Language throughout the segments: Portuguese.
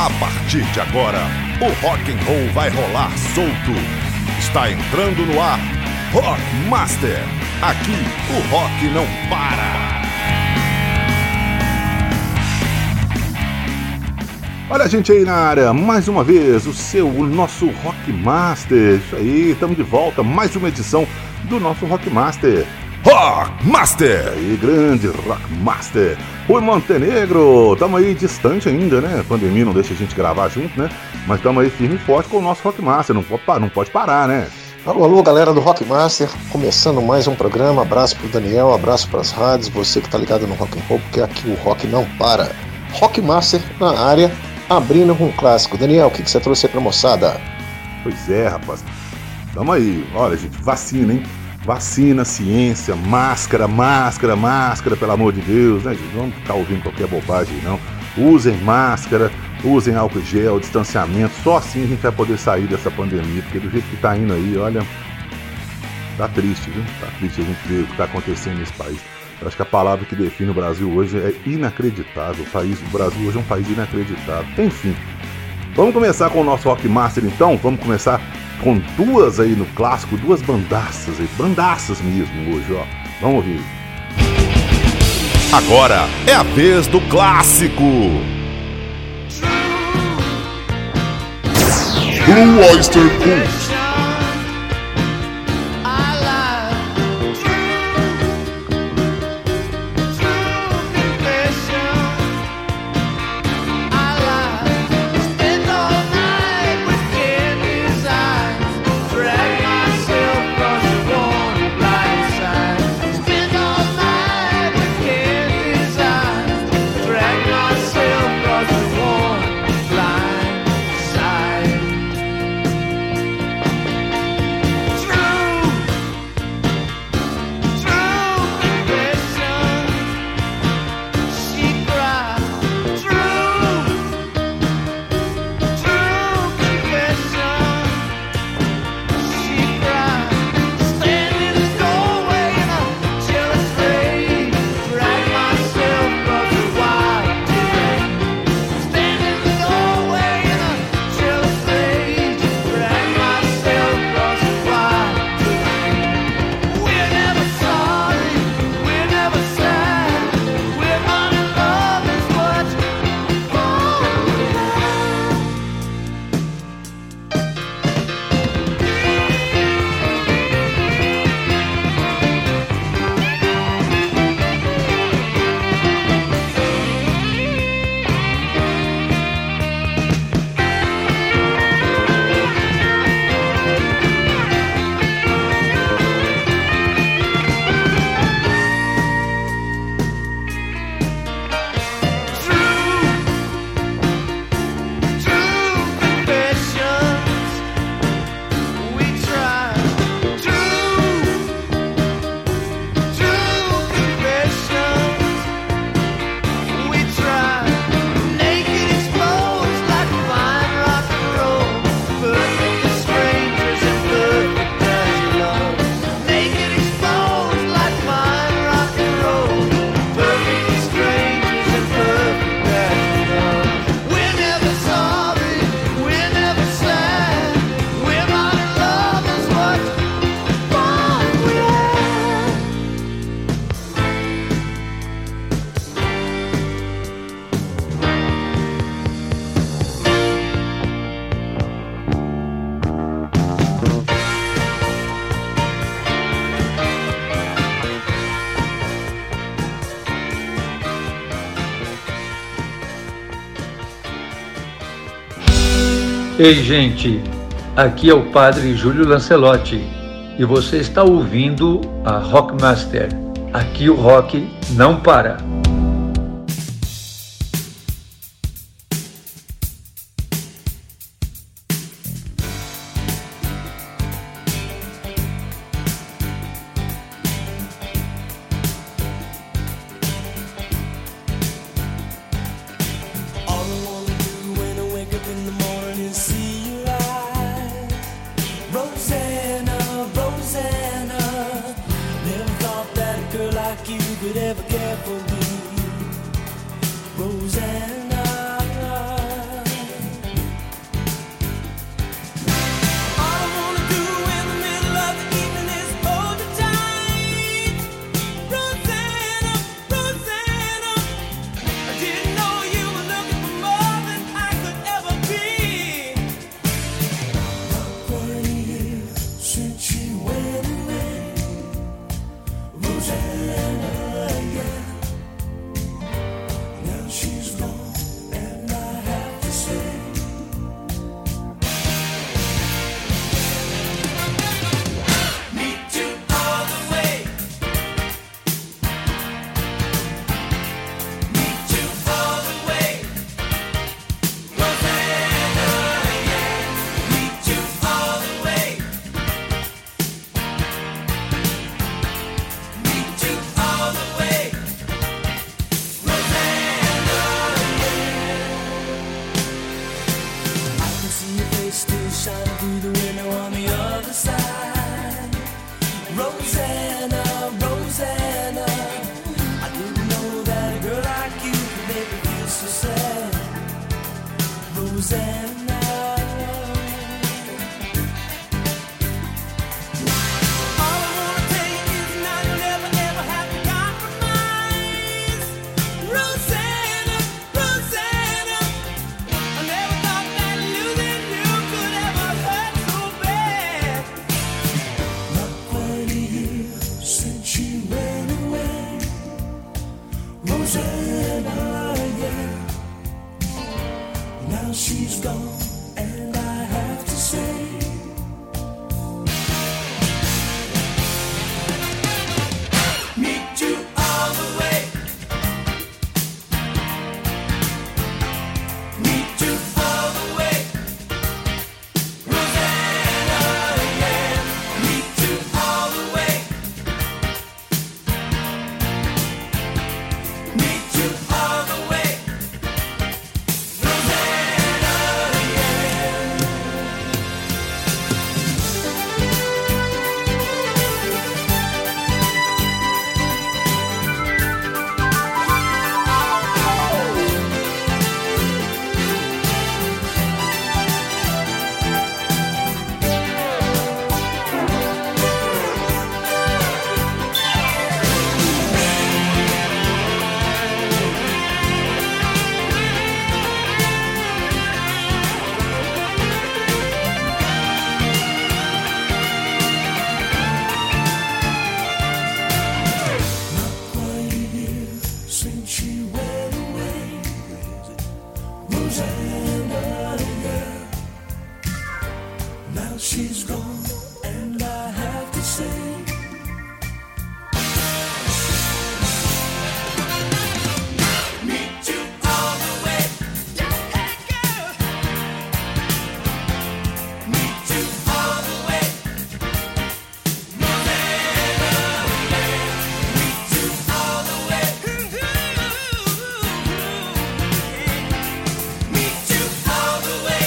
A partir de agora, o rock and roll vai rolar solto. Está entrando no ar, Rock Master. Aqui, o rock não para. Olha a gente aí na área, mais uma vez, o nosso Rock Master. Isso aí, estamos de volta, mais uma edição do nosso Rock Master. Rock Master! E grande Rock Master. Rui Montenegro, estamos aí distante ainda, né? A pandemia não deixa a gente gravar junto, né? Mas estamos aí firme e forte com o nosso Rock Master, não pode parar, né? Alô, alô, galera do Rock Master, começando mais um programa. Abraço pro Daniel, abraço pras rádios, você que tá ligado no Rock and Roll, porque aqui o rock não para. Rock Master na área, abrindo com um clássico. Daniel, o que você trouxe aí pra moçada? Pois é, rapaz. Tamo aí. Olha, gente, vacina, hein? Vacina, ciência, máscara, pelo amor de Deus, né, gente? Não vamos ficar ouvindo qualquer bobagem, não. Usem máscara, usem álcool gel, distanciamento. Só assim a gente vai poder sair dessa pandemia, porque do jeito que tá indo aí, olha, tá triste, viu? Tá triste a gente ver o que tá acontecendo nesse país. Eu acho que a palavra que define o Brasil hoje é inacreditável. O Brasil hoje é um país inacreditável. Enfim, vamos começar com o nosso Rock Master então. Vamos começar com duas aí no clássico, duas bandaças aí, bandaças mesmo hoje, ó. Vamos ouvir. Agora é a vez do clássico. Blue Oyster Cult. Ei, gente, aqui é o Padre Júlio Lancelotti e você está ouvindo a Rock Master. Aqui o rock não para. Rosanna, never thought that a girl like you could ever care for me. she's gone, and I have to say, meet you all the way, meet you all the way, Rosanna, yeah, meet you all the way, meet you all the way. She's gone, and I have to say, meet you all the way, hey girl, meet you all the way, Rosanna, meet you all the way, meet you all the way.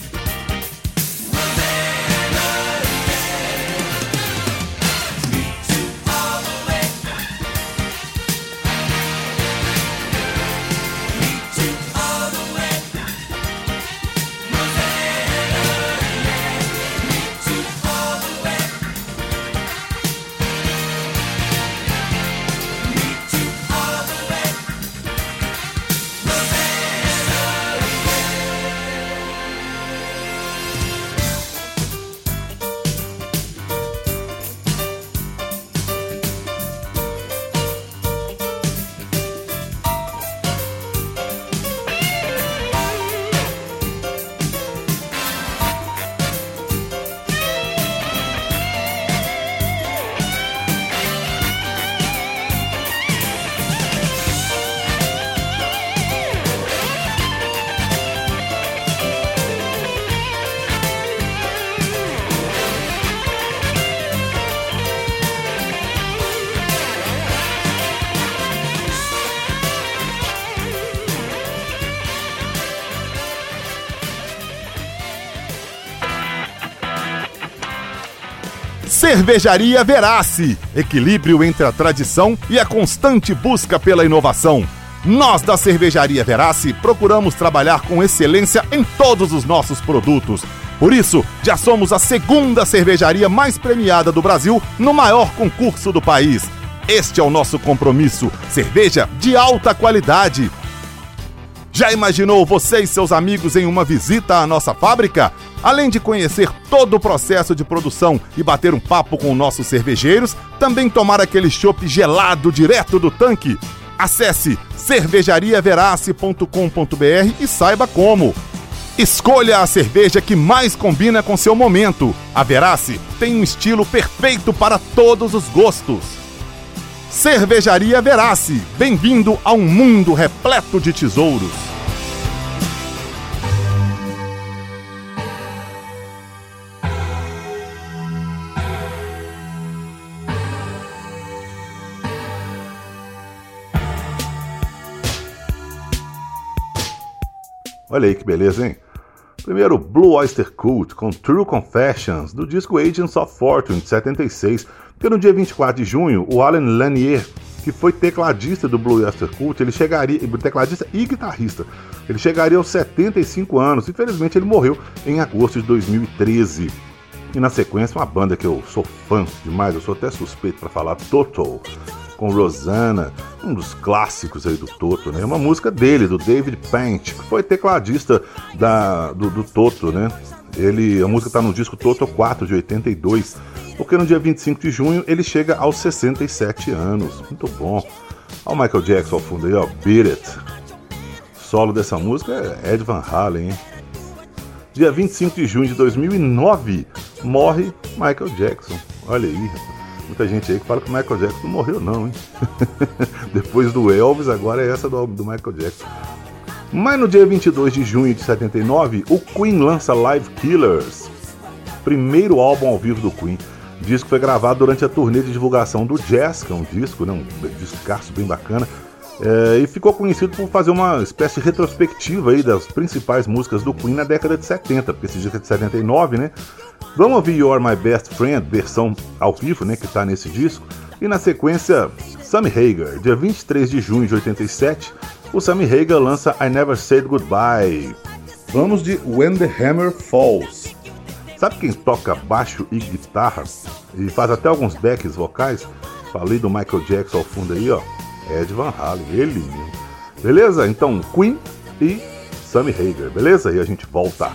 Cervejaria Verace, equilíbrio entre a tradição e a constante busca pela inovação. Nós da Cervejaria Verace procuramos trabalhar com excelência em todos os nossos produtos. Por isso, já somos a segunda cervejaria mais premiada do Brasil no maior concurso do país. Este é o nosso compromisso, cerveja de alta qualidade. Já imaginou você e seus amigos em uma visita à nossa fábrica? Além de conhecer todo o processo de produção e bater um papo com nossos cervejeiros, também tomar aquele chopp gelado direto do tanque? Acesse cervejariaverace.com.br e saiba como. Escolha a cerveja que mais combina com seu momento. A Verace tem um estilo perfeito para todos os gostos. Cervejaria Verace, bem-vindo a um mundo repleto de tesouros. Olha aí que beleza, hein? Primeiro, Blue Oyster Cult com True Confessions, do disco Agents of Fortune, de 76, porque no dia 24 de junho, o Alan Lanier, que foi tecladista do Blue Oyster Cult, ele chegaria, tecladista e guitarrista, ele chegaria aos 75 anos, infelizmente ele morreu em agosto de 2013. E na sequência, uma banda que eu sou fã demais, eu sou até suspeito para falar, Toto, com Rosanna, um dos clássicos aí do Toto, né? Uma música dele, do David Paint, que foi tecladista do Toto, né? A música está no disco Toto 4, de 82, porque no dia 25 de junho ele chega aos 67 anos. Muito bom. Olha o Michael Jackson ao fundo aí, ó, Beat It. O solo dessa música é Ed Van Halen, hein? Dia 25 de junho de 2009, morre Michael Jackson. Olha aí, muita gente aí que fala que o Michael Jackson não morreu não, hein? Depois do Elvis, agora é essa do Michael Jackson. Mas no dia 22 de junho de 79, o Queen lança Live Killers, primeiro álbum ao vivo do Queen. O disco foi gravado durante a turnê de divulgação do Jazz, que é um disco, né, um discaço bem bacana, e ficou conhecido por fazer uma espécie de retrospectiva aí das principais músicas do Queen na década de 70, porque esse disco é de 79, né? Vamos ouvir You're My Best Friend, versão ao vivo, né, que tá nesse disco, e na sequência, Sammy Hagar. Dia 23 de junho de 87, o Sammy Hagar lança I Never Said Goodbye. Vamos de When the Hammer Falls. Sabe quem toca baixo e guitarra e faz até alguns backs vocais? Falei do Michael Jackson ao fundo aí, ó. Ed Van Halen, ele mesmo. Beleza? Então, Queen e Sammy Hagar, beleza? E a gente volta.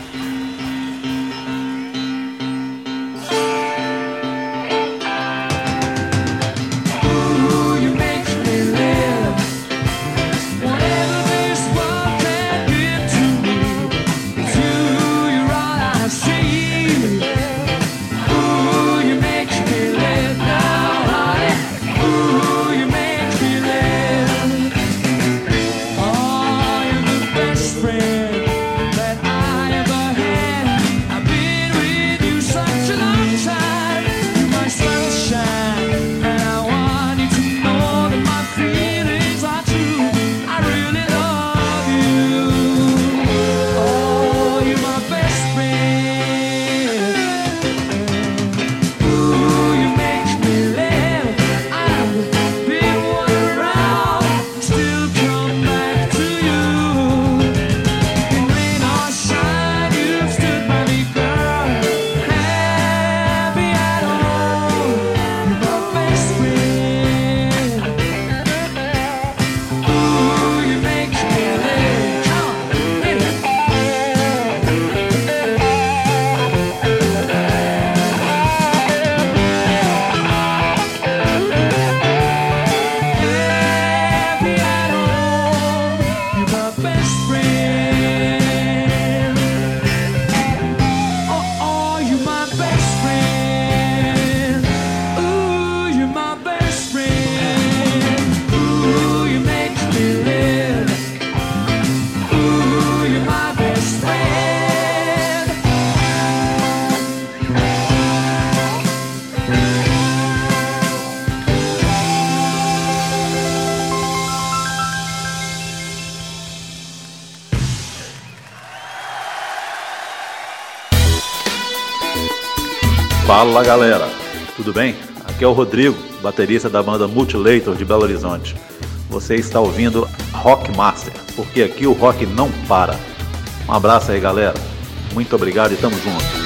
Fala galera, tudo bem? Aqui é o Rodrigo, baterista da banda Mutilator de Belo Horizonte. Você está ouvindo Rock Master, porque aqui o rock não para. Um abraço aí galera, muito obrigado e tamo junto.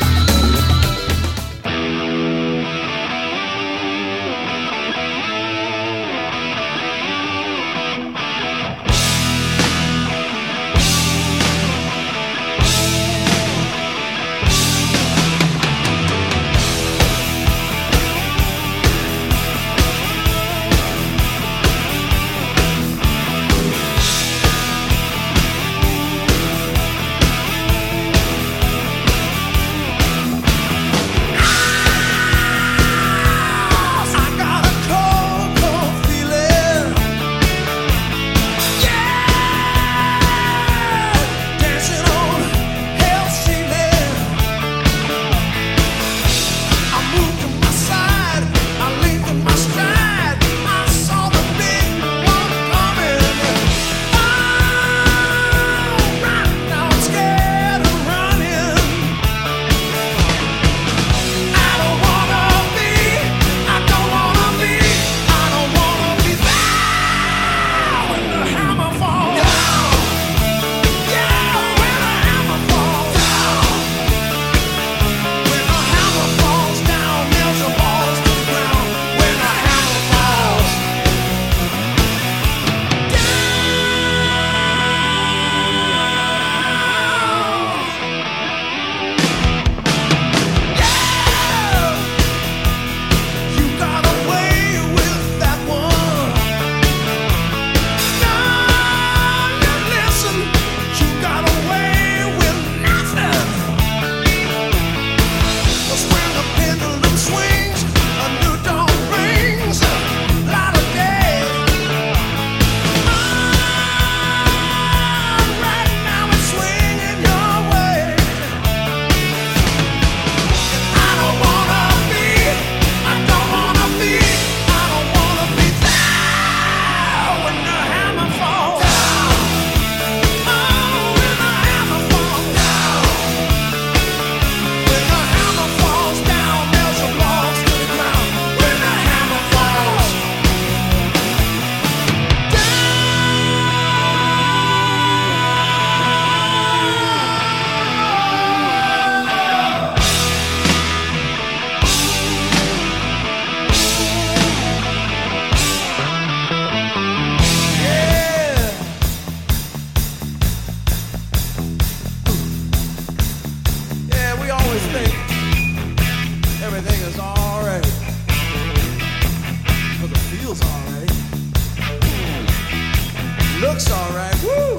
Looks alright, woo!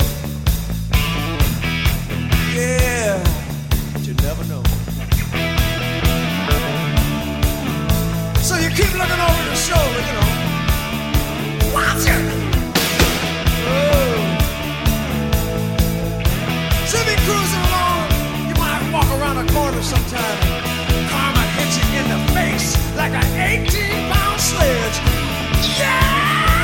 Yeah, but you never know. So you keep looking over the shoulder, you know. Watch it! Oh. So if you're cruising along, you might walk around a corner sometime and karma hits you in the face like an 18-pound sledge. Yeah!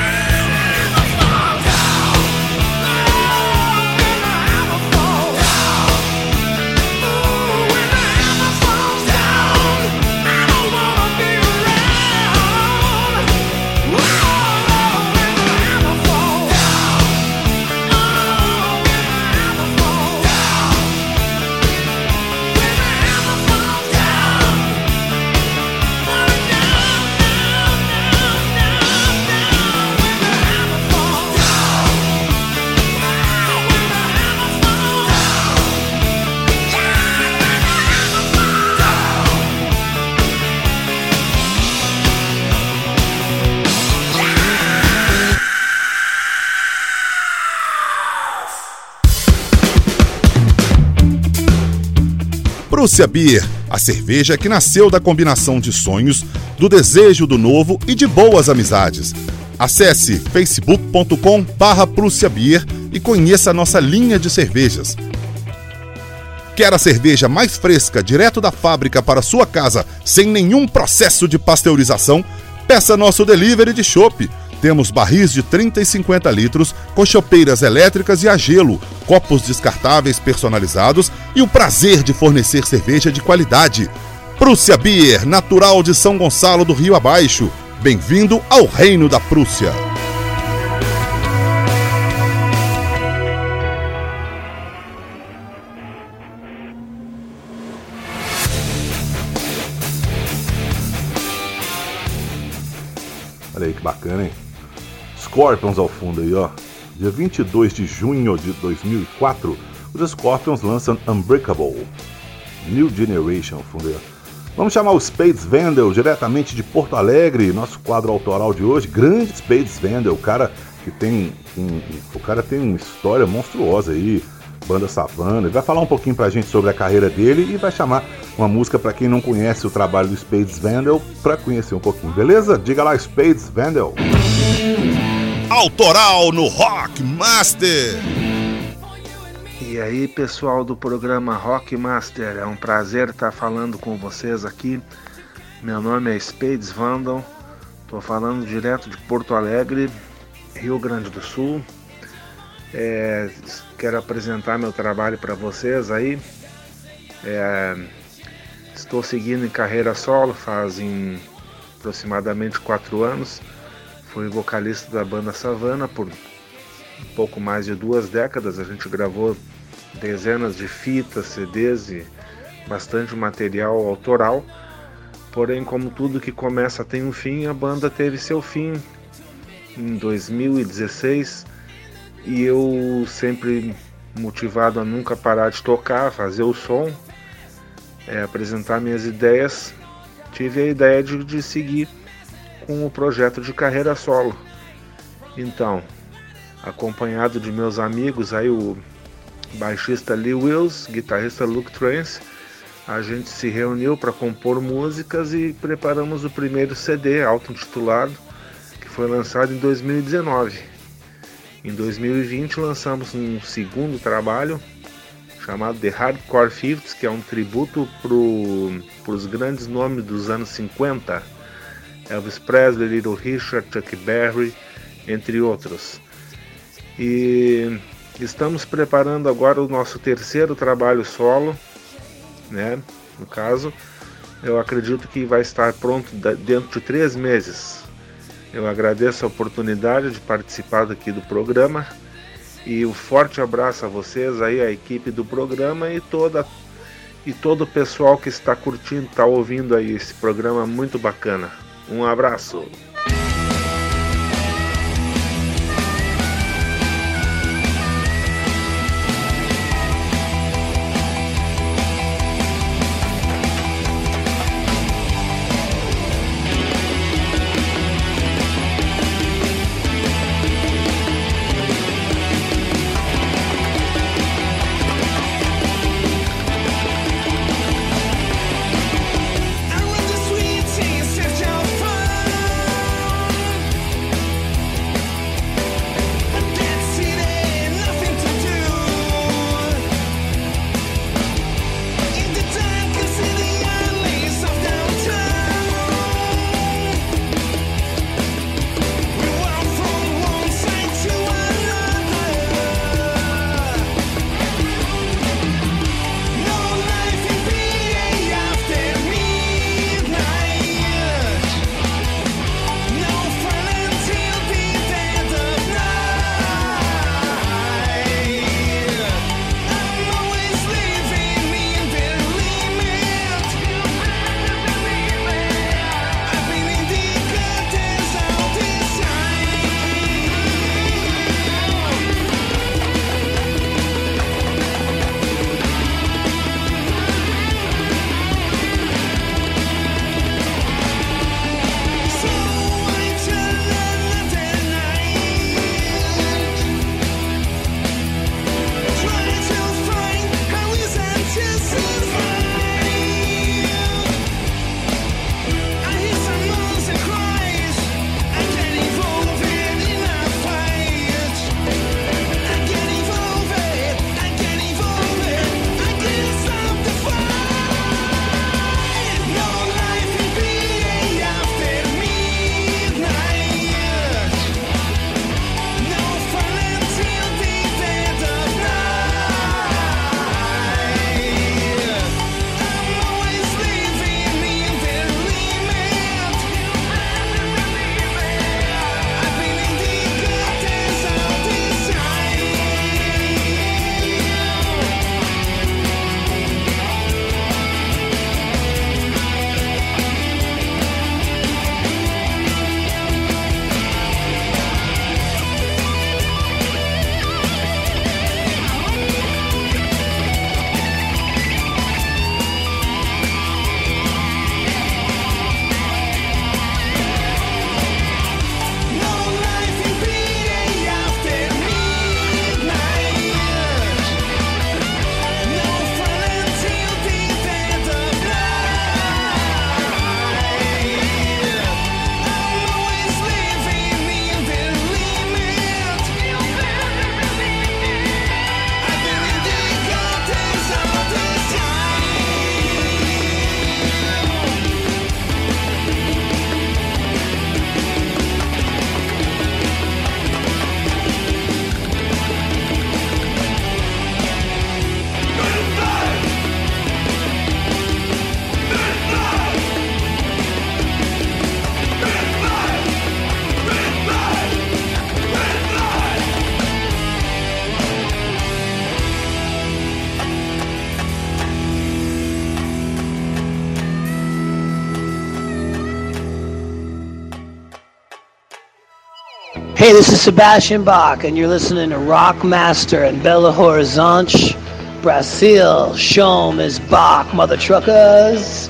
Prússia Beer, a cerveja que nasceu da combinação de sonhos, do desejo do novo e de boas amizades. Acesse facebook.com/Prússia Beer e conheça a nossa linha de cervejas. Quer a cerveja mais fresca direto da fábrica para sua casa, sem nenhum processo de pasteurização? Peça nosso delivery de chopp. Temos barris de 30 e 50 litros, com chopeiras elétricas e a gelo, copos descartáveis personalizados e o prazer de fornecer cerveja de qualidade. Prússia Beer, natural de São Gonçalo do Rio Abaixo. Bem-vindo ao Reino da Prússia. Olha aí que bacana, hein? Scorpions ao fundo aí, ó. Dia 22 de junho de 2004, os Scorpions lançam Unbreakable. New Generation ao fundo aí, ó. Vamos chamar o Spades Vendel, diretamente de Porto Alegre, nosso quadro autoral de hoje. Grande Spades Vendel, o cara que tem uma história monstruosa aí, banda Savana. Ele vai falar um pouquinho pra gente sobre a carreira dele e vai chamar uma música pra quem não conhece o trabalho do Spades Vendel pra conhecer um pouquinho, beleza? Diga lá, Spades Vendel. Autoral no Rock Master. E aí, pessoal do programa Rock Master, é um prazer estar falando com vocês aqui. Meu nome é Spades Vendel, estou falando direto de Porto Alegre, Rio Grande do Sul. Quero apresentar meu trabalho para vocês aí. Estou seguindo em carreira solo fazem aproximadamente 4 anos. Fui vocalista da banda Savana por um pouco mais de 2 décadas. A gente gravou dezenas de fitas, CDs e bastante material autoral. Porém, como tudo que começa tem um fim, a banda teve seu fim em 2016 e eu, sempre motivado a nunca parar de tocar, fazer o som, apresentar minhas ideias, tive a ideia de seguir com o projeto de carreira solo. Então, acompanhado de meus amigos, aí o baixista Lee Wills, guitarrista Luke Trance, a gente se reuniu para compor músicas e preparamos o primeiro CD auto-intitulado, que foi lançado em 2019. Em 2020 lançamos um segundo trabalho chamado The Hardcore Fifths, que é um tributo para os grandes nomes dos anos 50, Elvis Presley, Little Richard, Chuck Berry, entre outros. E estamos preparando agora o nosso terceiro trabalho solo, né? No caso, eu acredito que vai estar pronto dentro de 3 meses. Eu agradeço a oportunidade de participar daqui do programa e um forte abraço a vocês aí, a equipe do programa e todo o pessoal que está curtindo, está ouvindo aí esse programa muito bacana. Um abraço. Hey, this is Sebastian Bach, and you're listening to Rockmaster in Belo Horizonte, Brazil. Show 'em is Bach, mother truckers.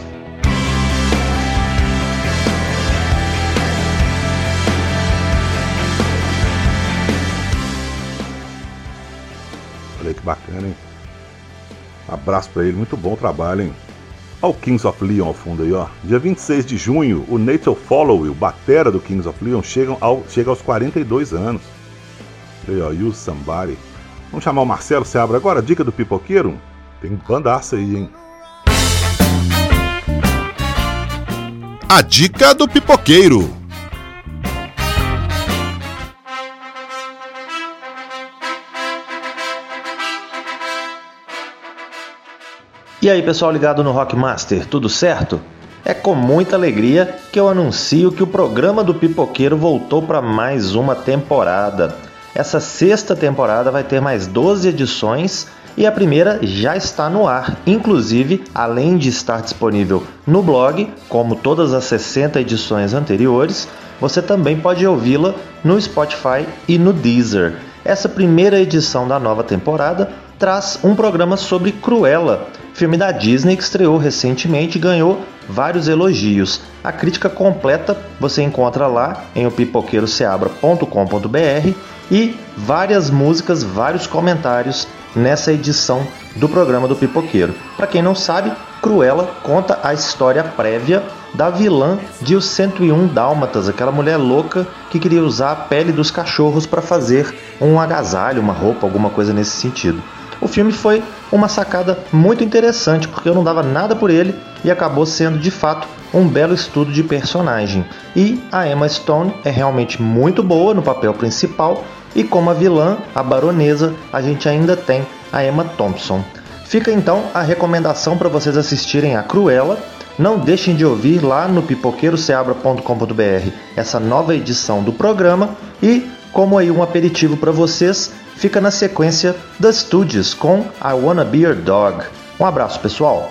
Olha aí que bacana, hein? Abraço pra ele, muito bom trabalho, hein? Olha o Kings of Leon ao fundo aí, ó. Dia 26 de junho, o Nate Followill, batera do Kings of Leon, chega aos 42 anos. Aí, ó, Use Somebody. Vamos chamar o Marcelo Seabra agora, dica do pipoqueiro? Tem bandaça aí, hein? A dica do pipoqueiro. E aí, pessoal ligado no Rockmaster, tudo certo? É com muita alegria que eu anuncio que o programa do Pipoqueiro voltou para mais uma temporada. Essa sexta temporada vai ter mais 12 edições e a primeira já está no ar. Inclusive, além de estar disponível no blog, como todas as 60 edições anteriores, você também pode ouvi-la no Spotify e no Deezer. Essa primeira edição da nova temporada traz um programa sobre Cruella, filme da Disney que estreou recentemente e ganhou vários elogios. A crítica completa você encontra lá em pipoqueiroseabra.com.br e várias músicas, vários comentários nessa edição do programa do Pipoqueiro. Para quem não sabe, Cruella conta a história prévia da vilã de Os 101 Dálmatas, aquela mulher louca que queria usar a pele dos cachorros para fazer um agasalho, uma roupa, alguma coisa nesse sentido. O filme foi uma sacada muito interessante, porque eu não dava nada por ele e acabou sendo, de fato, um belo estudo de personagem. E a Emma Stone é realmente muito boa no papel principal, e como a vilã, a baronesa, a gente ainda tem a Emma Thompson. Fica então a recomendação para vocês assistirem a Cruella. Não deixem de ouvir lá no pipoqueiroseabra.com.br essa nova edição do programa e, como aí um aperitivo para vocês, fica na sequência The Stooges com I Wanna Be Your Dog. Um abraço, pessoal!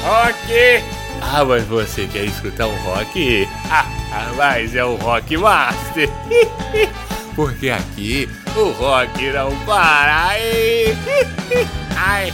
Rock! Ah, mas você quer escutar um rock? Mas é o Rock Master. Porque aqui o rock não para. Ai,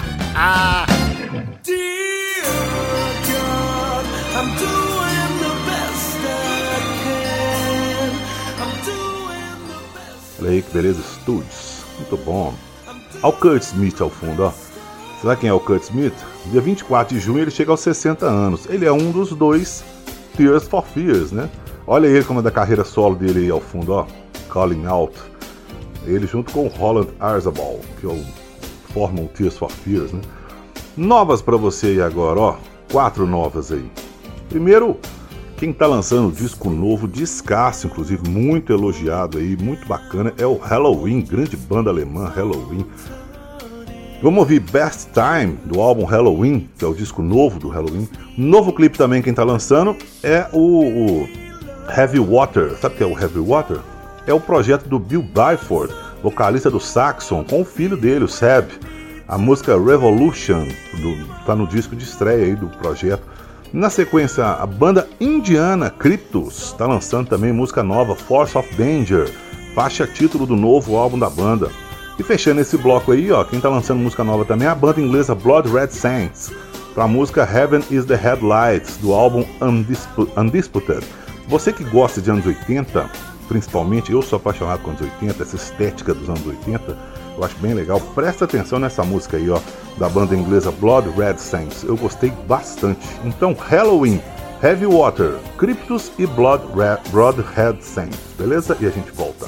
Dear God, I'm doing the best I can. I'm doing the best. Olha aí que beleza, Studios. Muito bom. Olha o Kurt Smith ao fundo, ó. Sabe quem é o Kurt Smith? Dia 24 de junho ele chega aos 60 anos. Ele é um dos dois Tears for Fears, né? Olha ele como é da carreira solo dele aí ao fundo, ó. Calling Out. Ele junto com o Roland Arzabal, que formam o Tears for Fears, né? Novas pra você aí agora, ó. 4 novas aí. Primeiro, quem tá lançando disco novo, descasso, inclusive, muito elogiado aí, muito bacana, é o Helloween, grande banda alemã, Helloween. Vamos ouvir Best Time, do álbum Helloween, que é o disco novo do Helloween. Novo clipe também, quem tá lançando, é o Heavy Water. Sabe o que é o Heavy Water? É o projeto do Bill Byford, vocalista do Saxon, com o filho dele, o Seb. A música Revolution tá no disco de estreia aí do projeto. Na sequência, a banda indiana Cryptos tá lançando também música nova, Force of Danger, faixa título do novo álbum da banda. E fechando esse bloco aí, ó, quem tá lançando música nova também é a banda inglesa Blood Red Saints, para a música Heaven is the Headlights, do álbum Undisputed. Você que gosta de anos 80, principalmente, eu sou apaixonado com anos 80, essa estética dos anos 80, eu acho bem legal. Presta atenção nessa música aí, ó, da banda inglesa Blood Red Saints, eu gostei bastante. Então, Helloween, Heavy Water, Cryptos e Blood Red Saints, beleza? E a gente volta.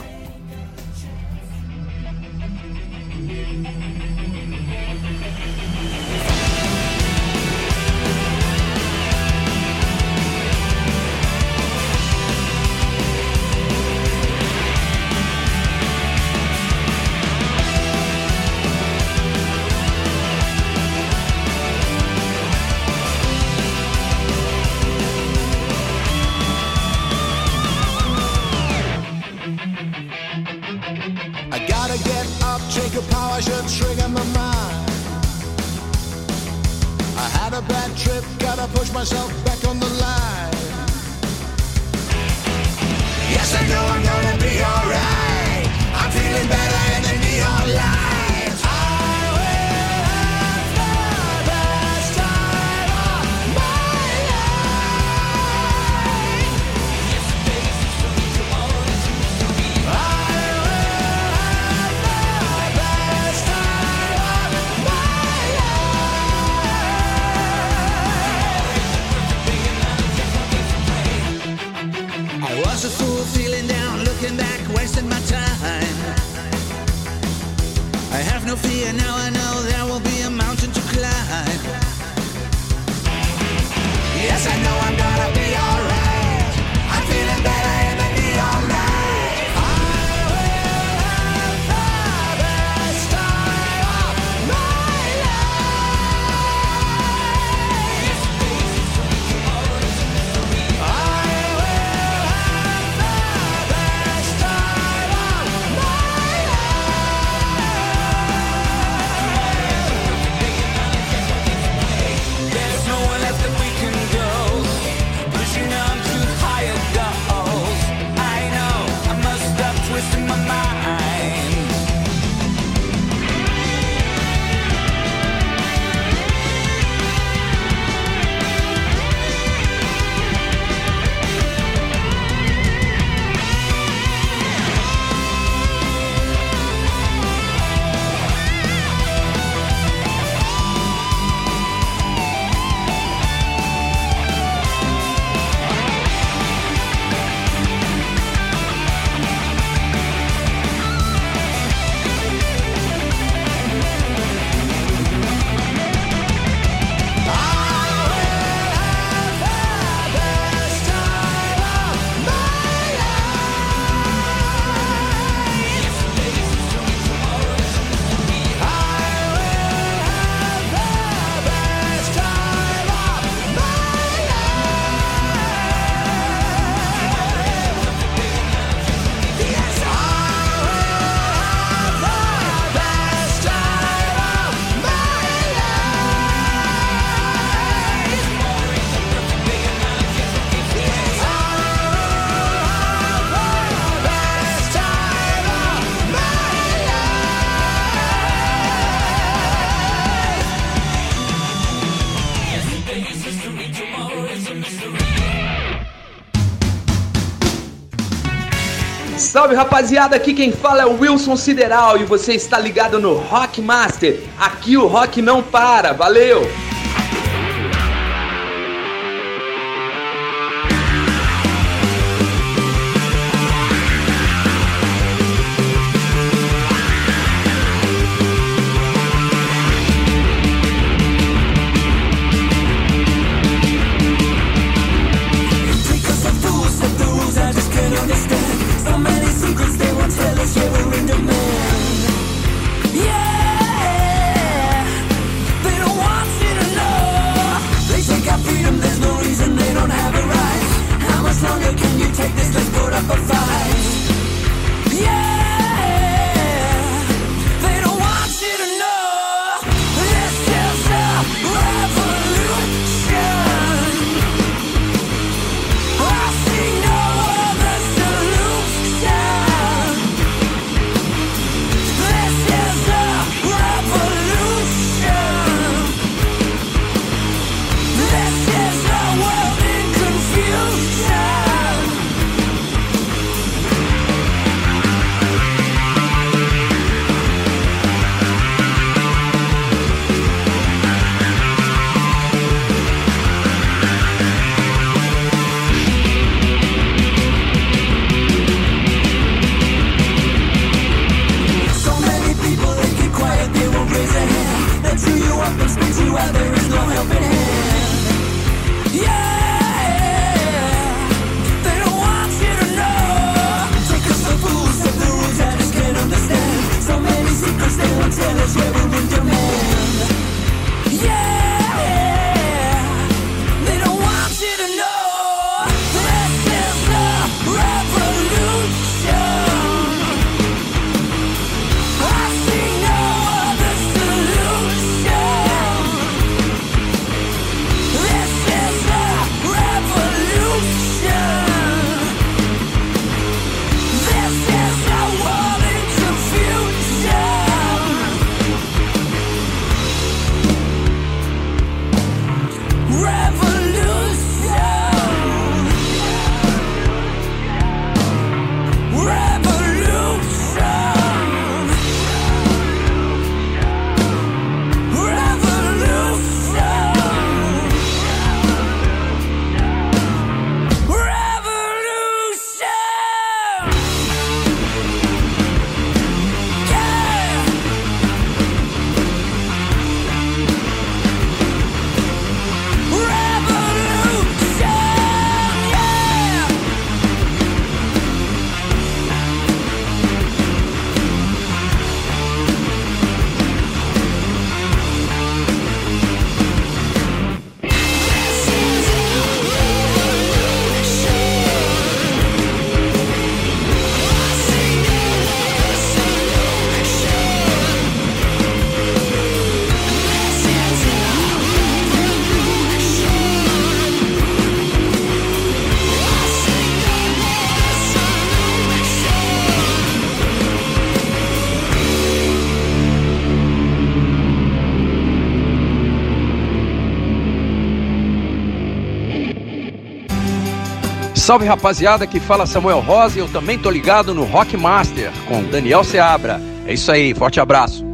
Salve rapaziada, aqui quem fala é o Wilson Sideral e você está ligado no Rock Master. Aqui o rock não para, valeu! Salve rapaziada, que fala Samuel Rosa e eu também tô ligado no Rock Master com Daniel Seabra. É isso aí, forte abraço.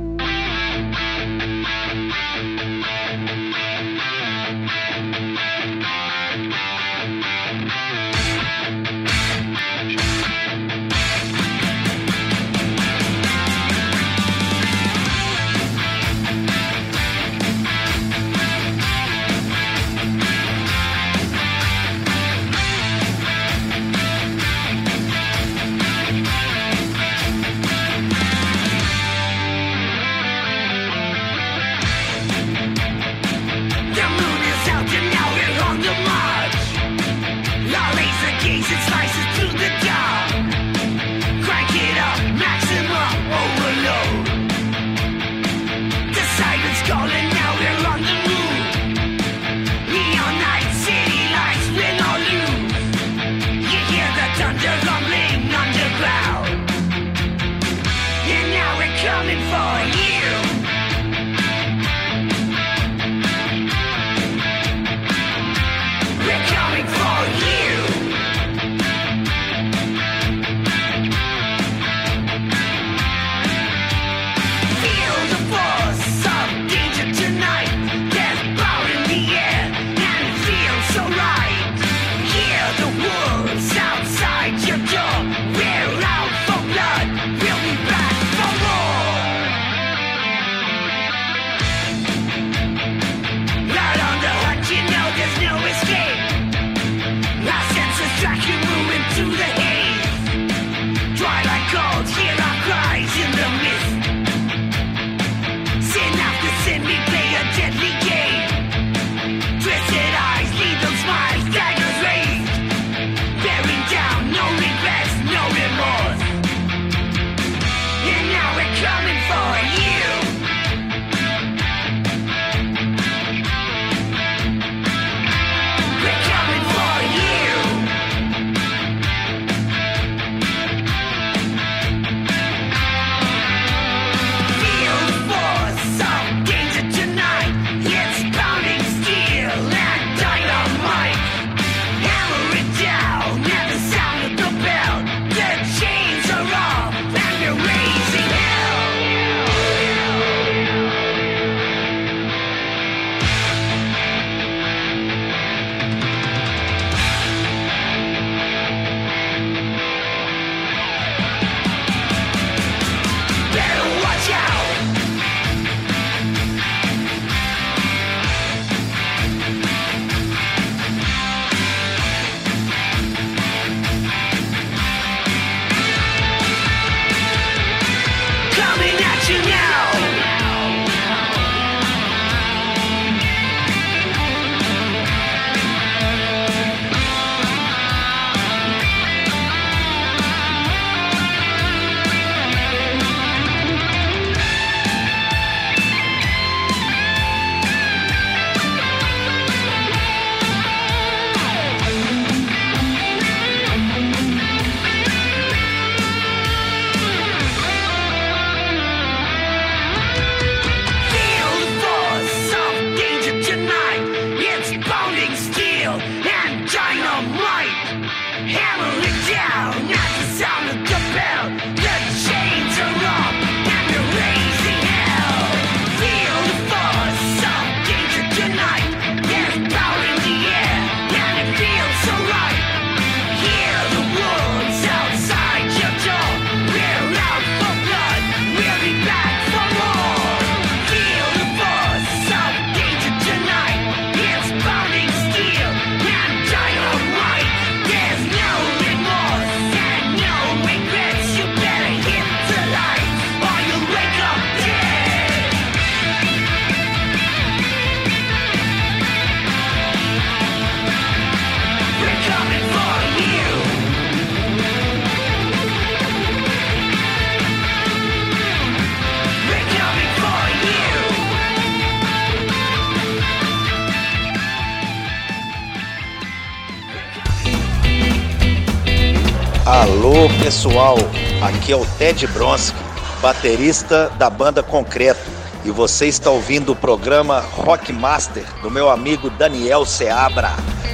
Alô pessoal, aqui é o Ted Bronski, baterista da banda Concreto, e você está ouvindo o programa Rock Master do meu amigo Daniel Seabra.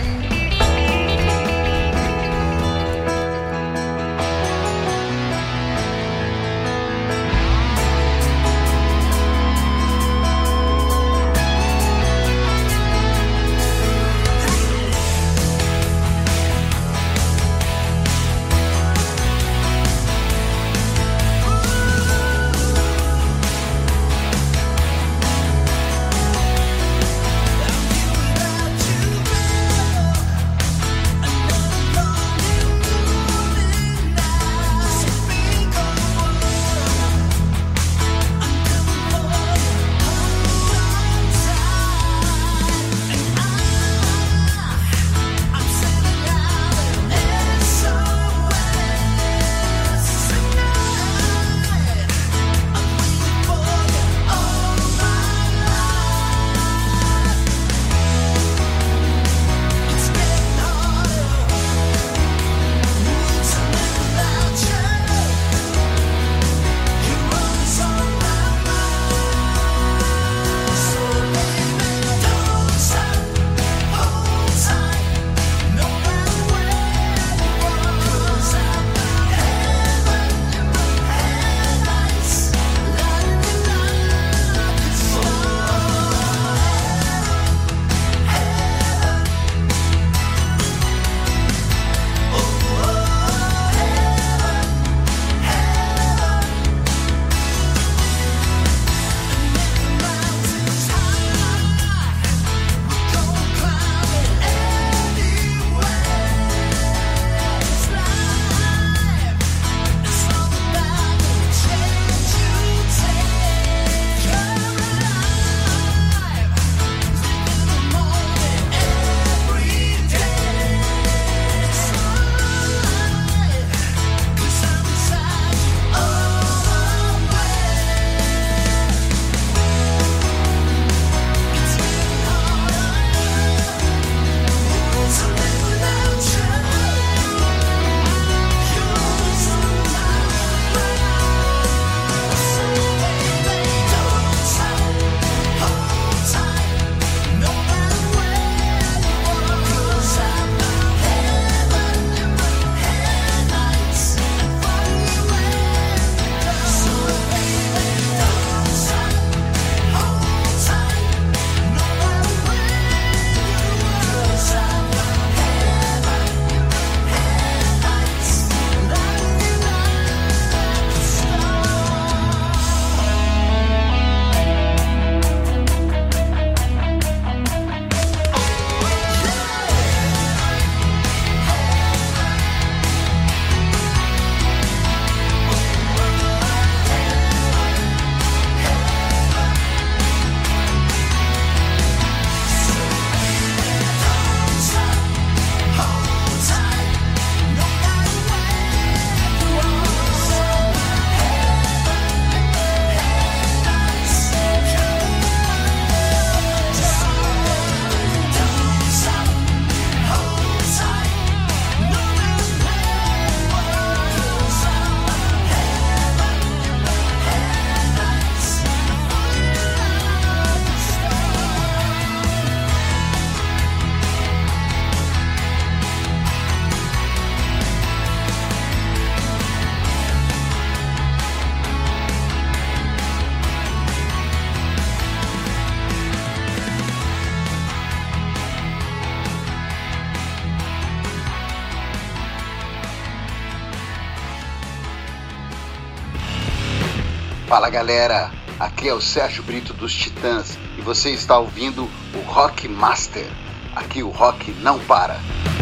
Fala galera, aqui é o Sérgio Brito dos Titãs e você está ouvindo o Rock Master. Aqui o rock não para.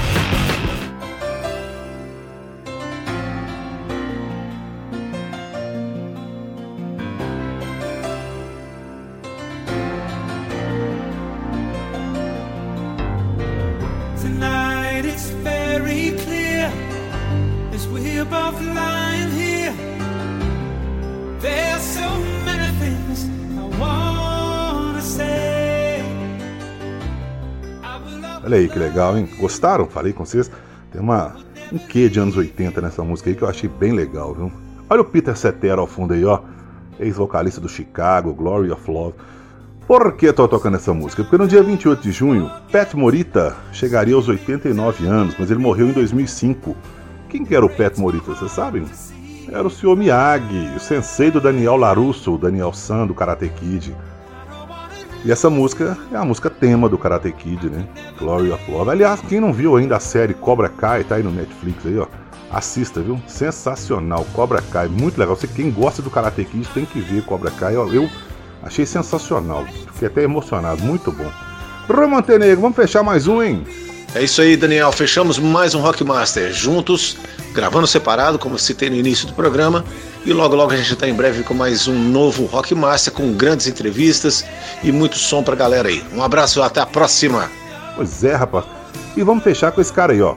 Tonight it's very clear as we're both lying here. There's so many things I wanna say. Olha aí que legal, hein? Gostaram? Falei com vocês. Tem uma um quê de anos 80 nessa música aí que eu achei bem legal, viu? Olha o Peter Cetera ao fundo aí, ó, ex-vocalista do Chicago, Glory of Love. Por que eu tô tocando essa música? Porque no dia 28 de junho, Pat Morita chegaria aos 89 anos, mas ele morreu em 2005. Quem que era o Pat Morita, vocês sabem? Era o Sr. Miyagi, o sensei do Daniel LaRusso, o Daniel San, do Karate Kid. E essa música é a música tema do Karate Kid, né? Glory of Love. Aliás, quem não viu ainda a série Cobra Kai, tá aí no Netflix aí, ó. Assista, viu? Sensacional, Cobra Kai, muito legal. Você, quem gosta do Karate Kid tem que ver Cobra Kai, ó. Eu achei sensacional, fiquei até emocionado, muito bom. Rô Montenegro, vamos fechar mais um, hein? É isso aí, Daniel. Fechamos mais um Rockmaster juntos, gravando separado, como citei no início do programa. E logo logo a gente está em breve com mais um novo Rockmaster, com grandes entrevistas e muito som pra galera aí. Um abraço e até a próxima. Pois é, rapaz. E vamos fechar com esse cara aí, ó.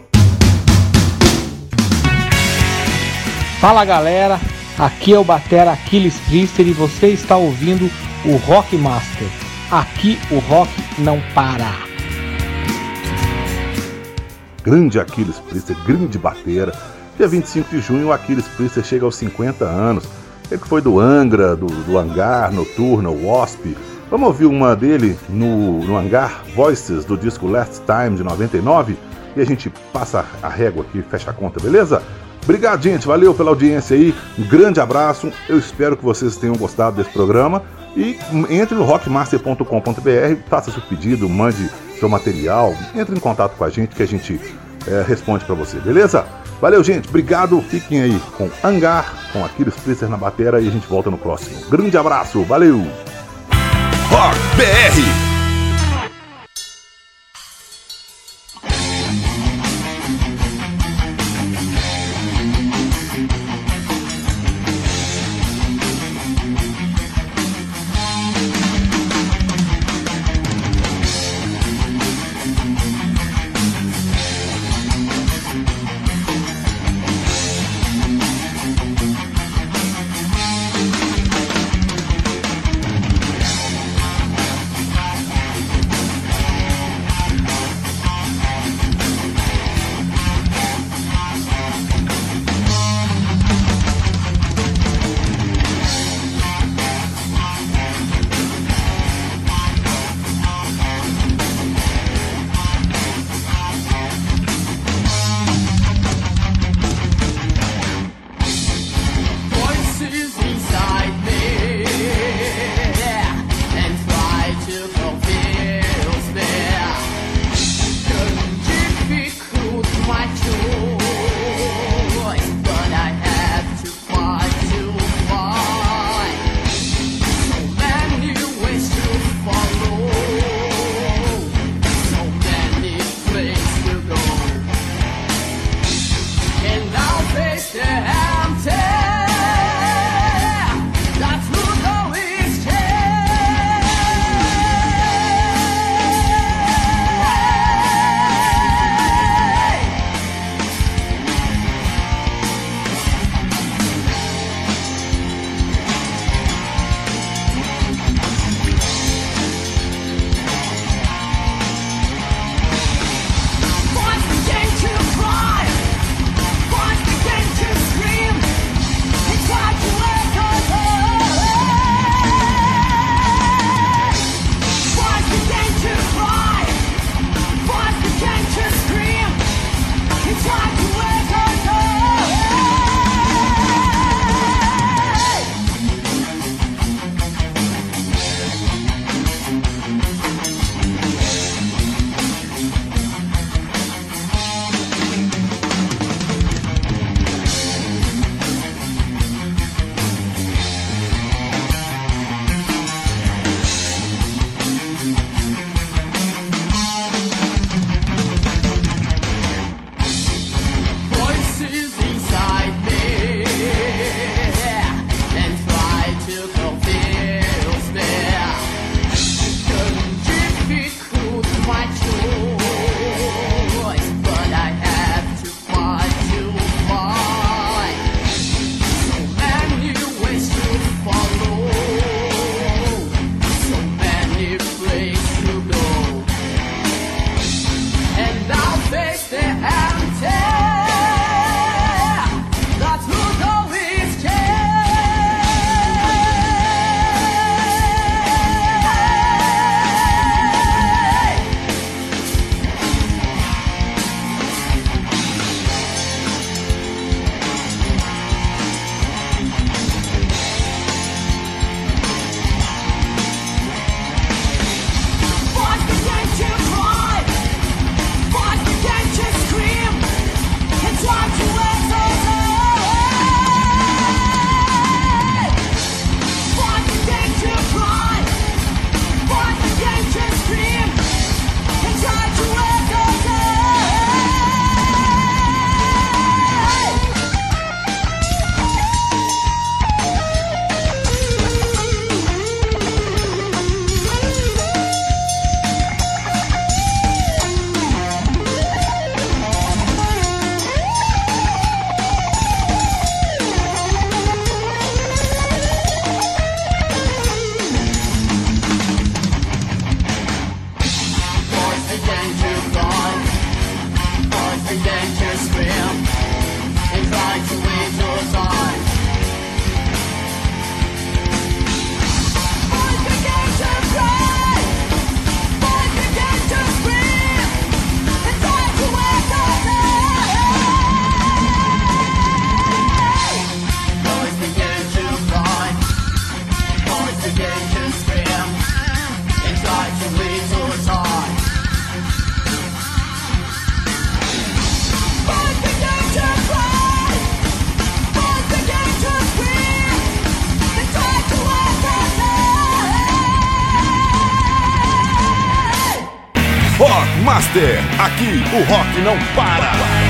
Fala, galera. Aqui é o batera Aquiles Priester e você está ouvindo o Rockmaster. Aqui o rock não para. Grande Aquiles Priester, grande batera. Dia 25 de junho, o Aquiles Priester chega aos 50 anos. Ele que foi do Angra, do Hangar, Noturna, Wasp. Vamos ouvir uma dele no Hangar, Voices, do disco Last Time, de 99. E a gente passa a régua aqui, fecha a conta, beleza? Obrigado, gente. Valeu pela audiência aí. Um grande abraço. Eu espero que vocês tenham gostado desse programa. E entre no rockmaster.com.br, faça seu pedido, mande seu material, entre em contato com a gente que a gente responde pra você, beleza? Valeu, gente. Obrigado. Fiquem aí com Hangar, com Aquiles Priester na batera e a gente volta no próximo. Grande abraço. Valeu. Rock BR. Master. Aqui o rock não para.